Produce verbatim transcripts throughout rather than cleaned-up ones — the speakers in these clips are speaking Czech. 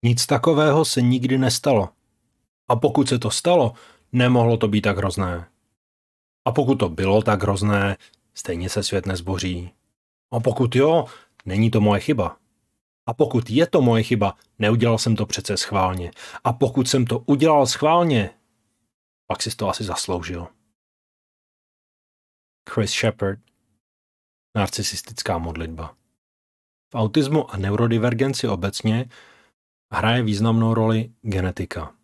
Nic takového se nikdy nestalo. A pokud se to stalo, nemohlo to být tak hrozné. A pokud to bylo tak hrozné, stejně se svět nezboří. A pokud jo, není to moje chyba. A pokud je to moje chyba, neudělal jsem to přece schválně. A pokud jsem to udělal schválně, pak si to asi zasloužil. Chris Shepard. Narcisistická modlitba. V autismu a neurodivergenci obecně hraje významnou roli genetika.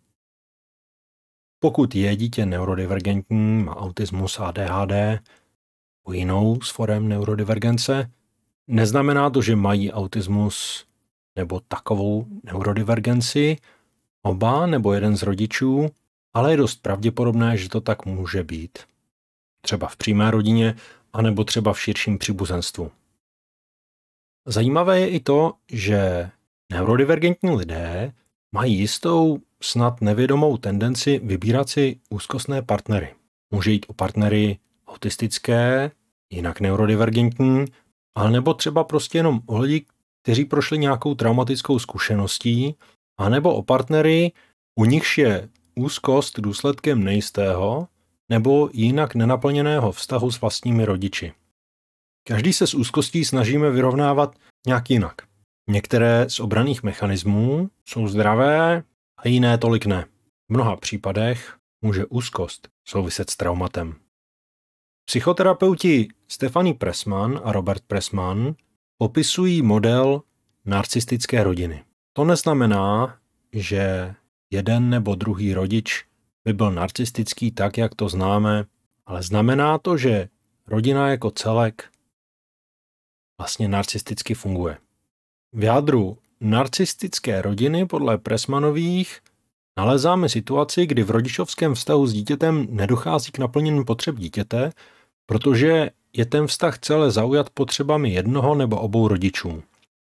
Pokud je dítě neurodivergentní, má autismus, A D H D, o jinou z forem neurodivergence, neznamená to, že mají autismus nebo takovou neurodivergenci oba nebo jeden z rodičů, ale je dost pravděpodobné, že to tak může být. Třeba v přímé rodině, anebo třeba v širším příbuzenstvu. Zajímavé je i to, že neurodivergentní lidé mají jistou, snad nevědomou tendenci vybírat si úzkostné partnery. Může jít o partnery autistické, jinak neurodivergentní, ale nebo třeba prostě jenom o lidi, kteří prošli nějakou traumatickou zkušeností, anebo o partnery, u nichž je úzkost důsledkem nejistého nebo jinak nenaplněného vztahu s vlastními rodiči. Každý se s úzkostí snažíme vyrovnávat nějak jinak. Některé z obranných mechanismů jsou zdravé a jiné tolik ne. V mnoha případech může úzkost souviset s traumatem. Psychoterapeuti Stephanie Pressman a Robert Pressman popisují model narcistické rodiny. To neznamená, že jeden nebo druhý rodič by byl narcistický tak, jak to známe, ale znamená to, že rodina jako celek vlastně narcisticky funguje. V jádru narcistické rodiny podle Pressmanových nalezáme situaci, kdy v rodičovském vztahu s dítětem nedochází k naplnění potřeb dítěte, protože je ten vztah celé zaujat potřebami jednoho nebo obou rodičů.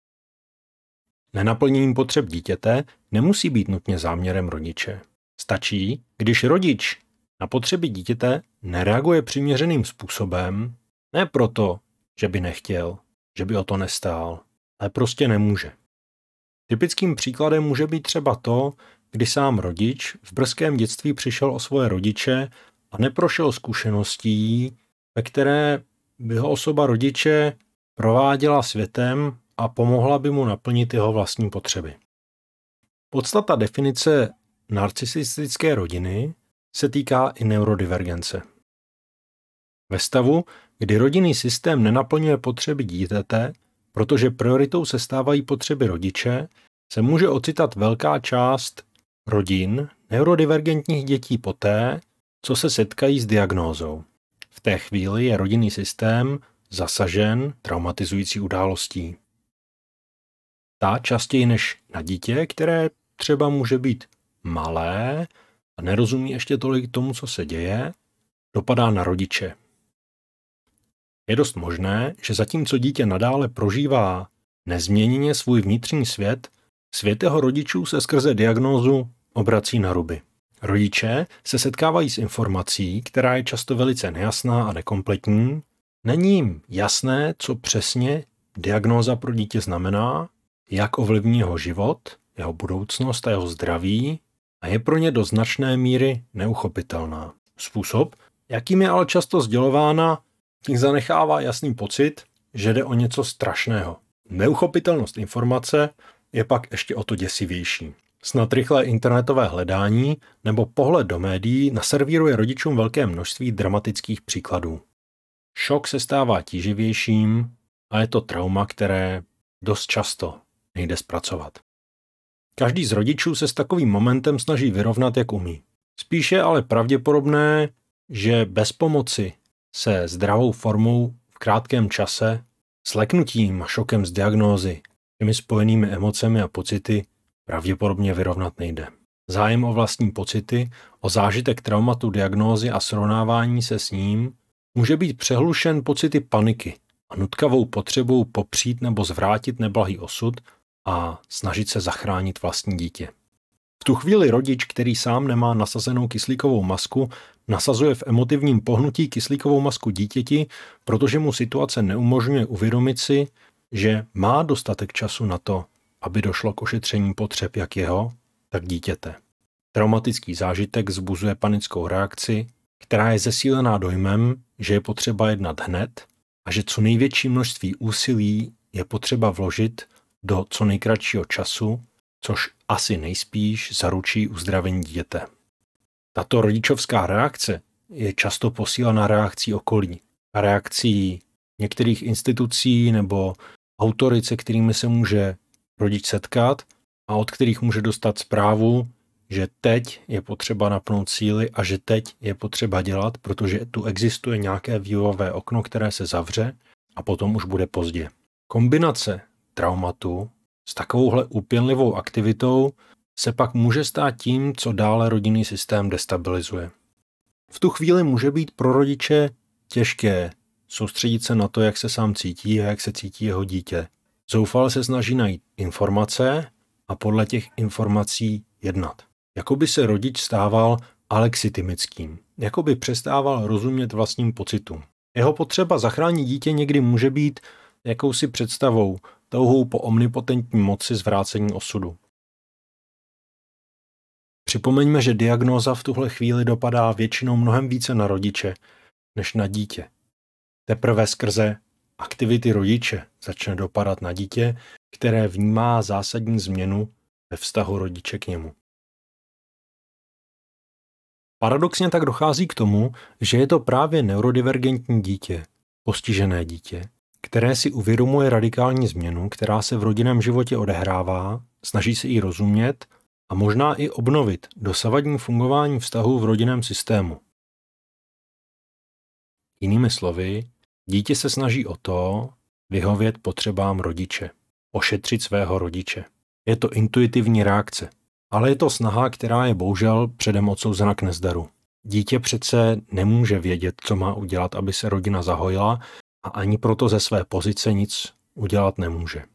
Nenaplnění potřeb dítěte nemusí být nutně záměrem rodiče. Stačí, když rodič na potřeby dítěte nereaguje přiměřeným způsobem, ne proto, že by nechtěl, že by o to nestál, ale prostě nemůže. Typickým příkladem může být třeba to, kdy sám rodič v brzkém dětství přišel o svoje rodiče a neprošel zkušeností, ve které by ho osoba rodiče prováděla světem a pomohla by mu naplnit jeho vlastní potřeby. Podstata definice narcisistické rodiny se týká i neurodivergence. Ve stavu, kdy rodinný systém nenaplňuje potřeby dítěte, protože prioritou se stávají potřeby rodiče, se může ocitat velká část rodin neurodivergentních dětí poté, co se setkají s diagnózou. V té chvíli je rodinný systém zasažen traumatizující událostí. Ta častěji než na dítě, které třeba může být malé a nerozumí ještě tolik tomu, co se děje, dopadá na rodiče. Je dost možné, že zatímco dítě nadále prožívá nezměněně svůj vnitřní svět, svět jeho rodičů se skrze diagnózu obrací na ruby. Rodiče se setkávají s informací, která je často velice nejasná a nekompletní. Není jim jasné, co přesně diagnóza pro dítě znamená, jak ovlivní jeho život, jeho budoucnost a jeho zdraví a je pro ně do značné míry neuchopitelná. Způsob, jakým je ale často sdělována, těch zanechává jasný pocit, že jde o něco strašného. Neuchopitelnost informace je pak ještě o to děsivější. Snad rychlé internetové hledání nebo pohled do médií naservíruje rodičům velké množství dramatických příkladů. Šok se stává tíživějším a je to trauma, které dost často nejde zpracovat. Každý z rodičů se s takovým momentem snaží vyrovnat, jak umí. Spíše ale pravděpodobné, že bez pomoci se zdravou formou v krátkém čase, s leknutím a šokem z diagnózy, těmi spojenými emocemi a pocity pravděpodobně vyrovnat nejde. Zájem o vlastní pocity, o zážitek traumatu diagnózy a srovnávání se s ním může být přehlušen pocity paniky a nutkavou potřebou popřít nebo zvrátit neblahý osud a snažit se zachránit vlastní dítě. V tu chvíli rodič, který sám nemá nasazenou kyslíkovou masku, nasazuje v emotivním pohnutí kyslíkovou masku dítěti, protože mu situace neumožňuje uvědomit si, že má dostatek času na to, aby došlo k ošetření potřeb jak jeho, tak dítěte. Traumatický zážitek vzbuzuje panickou reakci, která je zesílená dojmem, že je potřeba jednat hned a že co největší množství úsilí je potřeba vložit do co nejkratšího času, což asi nejspíš zaručí uzdravení dítěte. Tato rodičovská reakce je často posílána reakcí okolí a reakcí některých institucí nebo autorit, se kterými se může rodič setkat a od kterých může dostat zprávu, že teď je potřeba napnout síly a že teď je potřeba dělat, protože tu existuje nějaké vývojové okno, které se zavře a potom už bude pozdě. Kombinace traumatu s takovouhle úpěnlivou aktivitou se pak může stát tím, co dále rodinný systém destabilizuje. V tu chvíli může být pro rodiče těžké soustředit se na to, jak se sám cítí a jak se cítí jeho dítě. Zoufale se snaží najít informace a podle těch informací jednat. Jakoby se rodič stával alexitimickým. Jakoby přestával rozumět vlastním pocitům. Jeho potřeba zachránit dítě někdy může být jakousi představou, touhou po omnipotentní moci zvrácení osudu. Připomeňme, že diagnóza v tuhle chvíli dopadá většinou mnohem více na rodiče, než na dítě. Teprve skrze aktivity rodiče začne dopadat na dítě, které vnímá zásadní změnu ve vztahu rodiče k němu. Paradoxně tak dochází k tomu, že je to právě neurodivergentní dítě, postižené dítě, které si uvědomuje radikální změnu, která se v rodinném životě odehrává, snaží se jí rozumět a možná i obnovit dosavadní fungování vztahu v rodinném systému. Jinými slovy, dítě se snaží o to vyhovět potřebám rodiče, ošetřit svého rodiče. Je to intuitivní reakce, ale je to snaha, která je bohužel předem odsouzena k nezdaru. Dítě přece nemůže vědět, co má udělat, aby se rodina zahojila a ani proto ze své pozice nic udělat nemůže.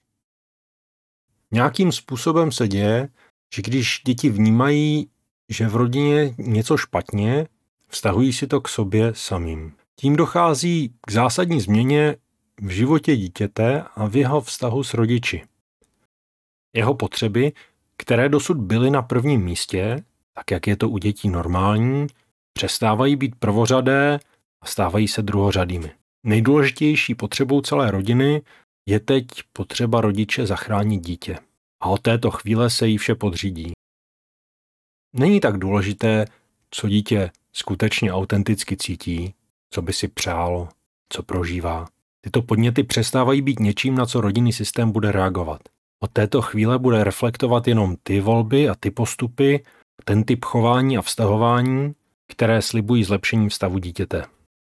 Nějakým způsobem se děje, že když děti vnímají, že v rodině něco špatně, vztahují si to k sobě samým. Tím dochází k zásadní změně v životě dítěte a v jeho vztahu s rodiči. Jeho potřeby, které dosud byly na prvním místě, tak jak je to u dětí normální, přestávají být prvořadé a stávají se druhořadými. Nejdůležitější potřebou celé rodiny je teď potřeba rodiče zachránit dítě. A od této chvíle se jí vše podřídí. Není tak důležité, co dítě skutečně autenticky cítí, co by si přálo, co prožívá. Tyto podněty přestávají být něčím, na co rodinný systém bude reagovat. Od této chvíle bude reflektovat jenom ty volby a ty postupy, ten typ chování a vztahování, které slibují zlepšení stavu dítěte.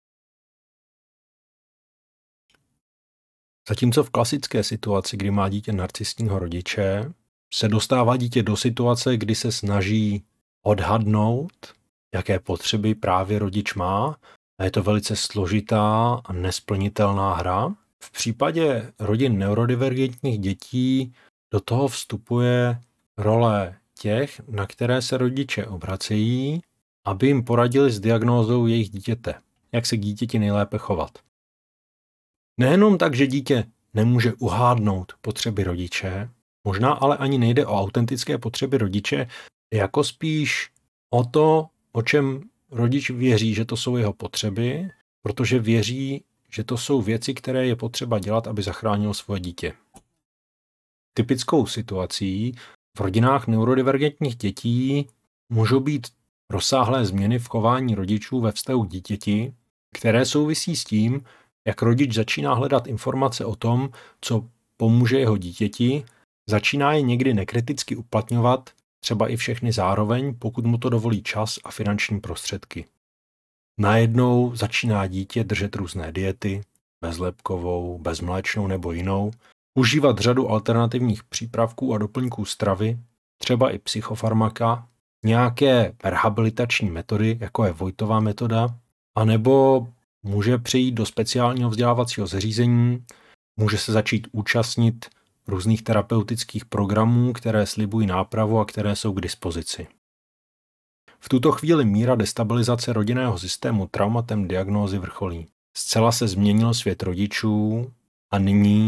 Zatímco v klasické situaci, kdy má dítě narcistního rodiče, se dostává dítě do situace, kdy se snaží odhadnout, jaké potřeby právě rodič má, a je to velice složitá a nesplnitelná hra. V případě rodin neurodivergentních dětí do toho vstupuje role těch, na které se rodiče obracejí, aby jim poradili s diagnózou jejich dítěte, jak se k dítěti nejlépe chovat. Nejenom tak, že dítě nemůže uhádnout potřeby rodiče, možná ale ani nejde o autentické potřeby rodiče, jako spíš o to, o čem rodič věří, že to jsou jeho potřeby, protože věří, že to jsou věci, které je potřeba dělat, aby zachránil svoje dítě. Typickou situací v rodinách neurodivergentních dětí můžou být rozsáhlé změny v chování rodičů ve vztahu k dítěti, které souvisí s tím, jak rodič začíná hledat informace o tom, co pomůže jeho dítěti, začíná je někdy nekriticky uplatňovat, třeba i všechny zároveň, pokud mu to dovolí čas a finanční prostředky. Najednou začíná dítě držet různé diety, bezlepkovou, bezmléčnou nebo jinou, užívat řadu alternativních přípravků a doplňků stravy, třeba i psychofarmaka, nějaké rehabilitační metody, jako je Vojtova metoda, anebo může přejít do speciálního vzdělávacího zařízení, může se začít účastnit různých terapeutických programů, které slibují nápravu a které jsou k dispozici. V tuto chvíli míra destabilizace rodinného systému traumatem diagnózy vrcholí. Zcela se změnil svět rodičů a nyní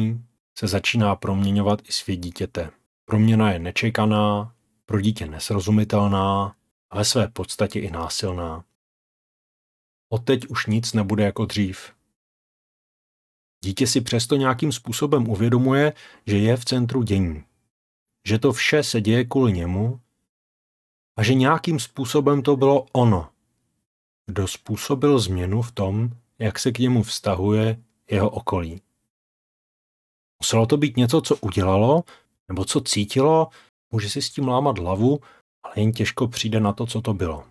se začíná proměňovat i svět dítěte. Proměna je nečekaná, pro dítě nesrozumitelná a ve své podstatě i násilná. Odteď už nic nebude jako dřív. Dítě si přesto nějakým způsobem uvědomuje, že je v centru dění. Že to vše se děje kvůli němu a že nějakým způsobem to bylo ono, kdo způsobil změnu v tom, jak se k němu vztahuje jeho okolí. Muselo to být něco, co udělalo, nebo co cítilo, může si s tím lámat hlavu, ale jen těžko přijde na to, co to bylo.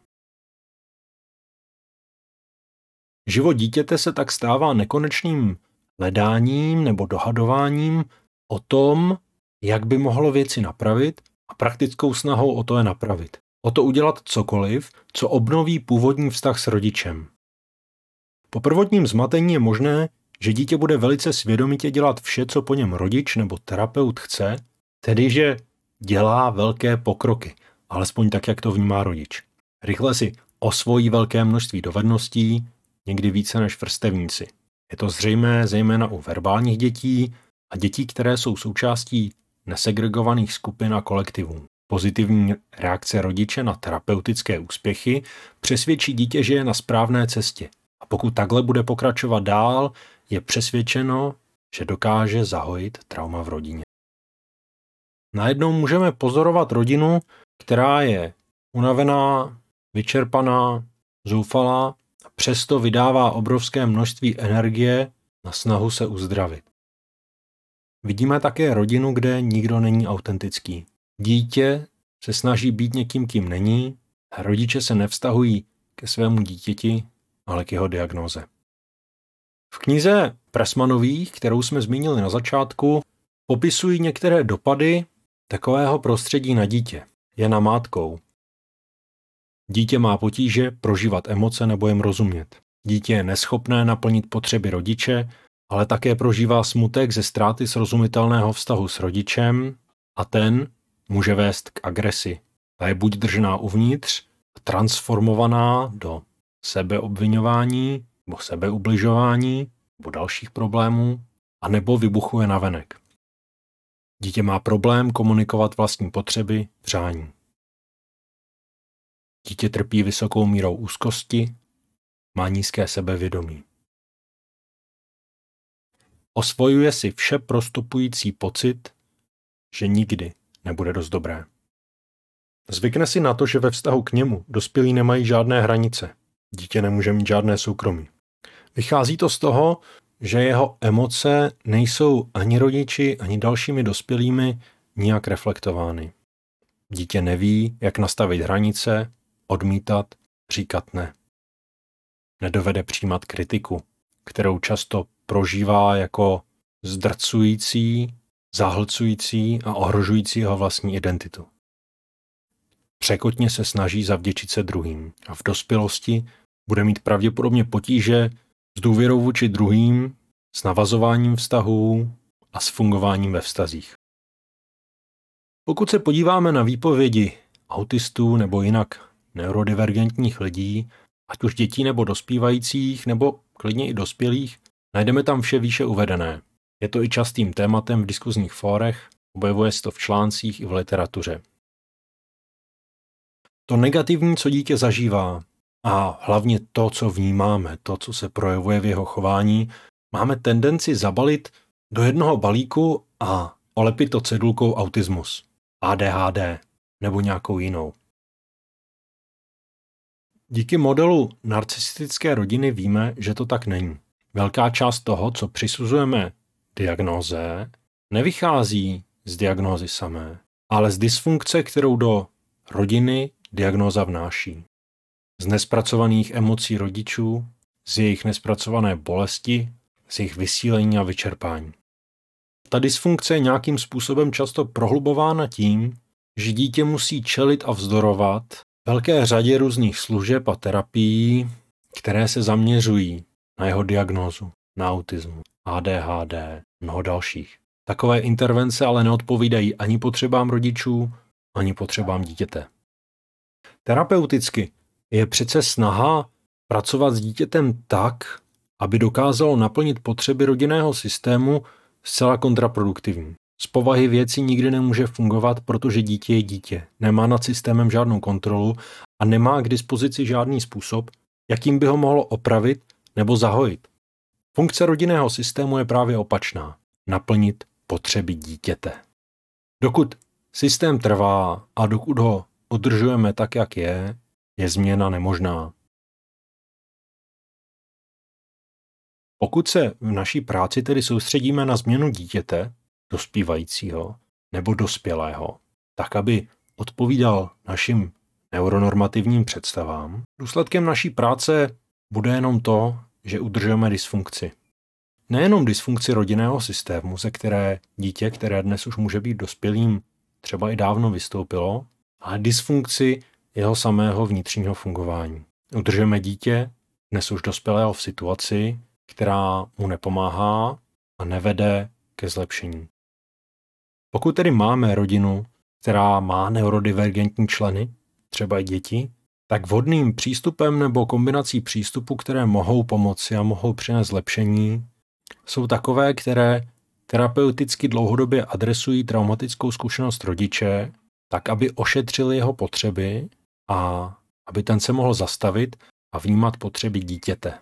Život dítěte se tak stává nekonečným hledáním nebo dohadováním o tom, jak by mohlo věci napravit a praktickou snahou o to je napravit. O to udělat cokoliv, co obnoví původní vztah s rodičem. Po prvotním zmatení je možné, že dítě bude velice svědomitě dělat vše, co po něm rodič nebo terapeut chce, tedy že dělá velké pokroky, alespoň tak, jak to vnímá rodič. Rychle si osvojí velké množství dovedností, někdy více než vrstevníci. Je to zřejmé zejména u verbálních dětí a dětí, které jsou součástí nesegregovaných skupin a kolektivů. Pozitivní reakce rodiče na terapeutické úspěchy přesvědčí dítě, že je na správné cestě. A pokud takhle bude pokračovat dál, je přesvědčeno, že dokáže zahojit trauma v rodině. Najednou můžeme pozorovat rodinu, která je unavená, vyčerpaná, zoufalá a přesto vydává obrovské množství energie na snahu se uzdravit. Vidíme také rodinu, kde nikdo není autentický. Dítě se snaží být někým, kým není, a rodiče se nevztahují ke svému dítěti, ale k jeho diagnóze. V knize Pressmanových, kterou jsme zmínili na začátku, popisují některé dopady takového prostředí na dítě. Je namátkou. Dítě má potíže prožívat emoce nebo jim rozumět. Dítě je neschopné naplnit potřeby rodiče, ale také prožívá smutek ze ztráty srozumitelného vztahu s rodičem a ten může vést k agresi. Ta je buď držená uvnitř, transformovaná do sebeobviňování nebo sebeubližování nebo dalších problémů, anebo vybuchuje navenek. Dítě má problém komunikovat vlastní potřeby, přání. Dítě trpí vysokou mírou úzkosti, má nízké sebevědomí. Osvojuje si vše prostupující pocit, že nikdy nebude dost dobré. Zvykne si na to, že ve vztahu k němu dospělí nemají žádné hranice. Dítě nemůže mít žádné soukromí. Vychází to z toho, že jeho emoce nejsou ani rodiči, ani dalšími dospělými nijak reflektovány. Dítě neví, jak nastavit hranice, odmítat, říkat ne. Nedovede přijímat kritiku, kterou často prožívá jako zdrcující, zahlcující a ohrožující jeho vlastní identitu. Překotně se snaží zavděčit se druhým a v dospělosti bude mít pravděpodobně potíže s důvěrou vůči druhým, s navazováním vztahů a s fungováním ve vztazích. Pokud se podíváme na výpovědi autistů nebo jinak neurodivergentních lidí, ať už dětí nebo dospívajících, nebo klidně i dospělých, najdeme tam vše výše uvedené. Je to i častým tématem v diskuzních fórech, objevuje se to v článcích i v literatuře. To negativní, co dítě zažívá, a hlavně to, co vnímáme, to, co se projevuje v jeho chování, máme tendenci zabalit do jednoho balíku a olepit to cedulkou autismus, A D H D nebo nějakou jinou. Díky modelu narcistické rodiny víme, že to tak není. Velká část toho, co přisuzujeme diagnóze, nevychází z diagnózy samé, ale z dysfunkce, kterou do rodiny diagnóza vnáší. Z nespracovaných emocí rodičů, z jejich nespracované bolesti, z jejich vysílení a vyčerpání. Ta dysfunkce je nějakým způsobem často prohlubována tím, že dítě musí čelit a vzdorovat velké řadě různých služeb a terapií, které se zaměřují na jeho diagnózu, na autismus, A D H D, mnoho dalších. Takové intervence ale neodpovídají ani potřebám rodičů, ani potřebám dítěte. Terapeuticky je přece snaha pracovat s dítětem tak, aby dokázalo naplnit potřeby rodinného systému zcela kontraproduktivní. Z povahy věci nikdy nemůže fungovat, protože dítě je dítě, nemá nad systémem žádnou kontrolu a nemá k dispozici žádný způsob, jakým by ho mohlo opravit nebo zahojit. Funkce rodinného systému je právě opačná. Naplnit potřeby dítěte. Dokud systém trvá a dokud ho udržujeme tak, jak je, je změna nemožná. Pokud se v naší práci tedy soustředíme na změnu dítěte, dospívajícího nebo dospělého, tak aby odpovídal našim neuronormativním představám, důsledkem naší práce bude jenom to, že udržujeme dysfunkci. Nejenom dysfunkci rodinného systému, ze které dítě, které dnes už může být dospělým, třeba i dávno vystoupilo, ale dysfunkci jeho samého vnitřního fungování. Udržujeme dítě, dnes už dospělého, v situaci, která mu nepomáhá a nevede ke zlepšení. Pokud tedy máme rodinu, která má neurodivergentní členy, třeba i děti, tak vhodným přístupem nebo kombinací přístupů, které mohou pomoci a mohou přinést zlepšení, jsou takové, které terapeuticky dlouhodobě adresují traumatickou zkušenost rodiče, tak aby ošetřili jeho potřeby a aby ten se mohl zastavit a vnímat potřeby dítěte.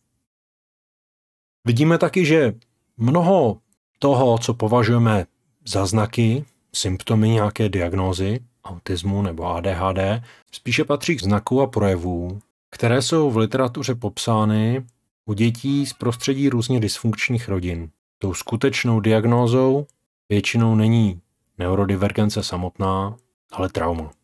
Vidíme taky, že mnoho toho, co považujeme za znaky, symptomy nějaké diagnózy, autismu nebo A D H D, spíše patří k znaků a projevů, které jsou v literatuře popsány u dětí z prostředí různě dysfunkčních rodin. Tou skutečnou diagnózou většinou není neurodivergence samotná, ale trauma.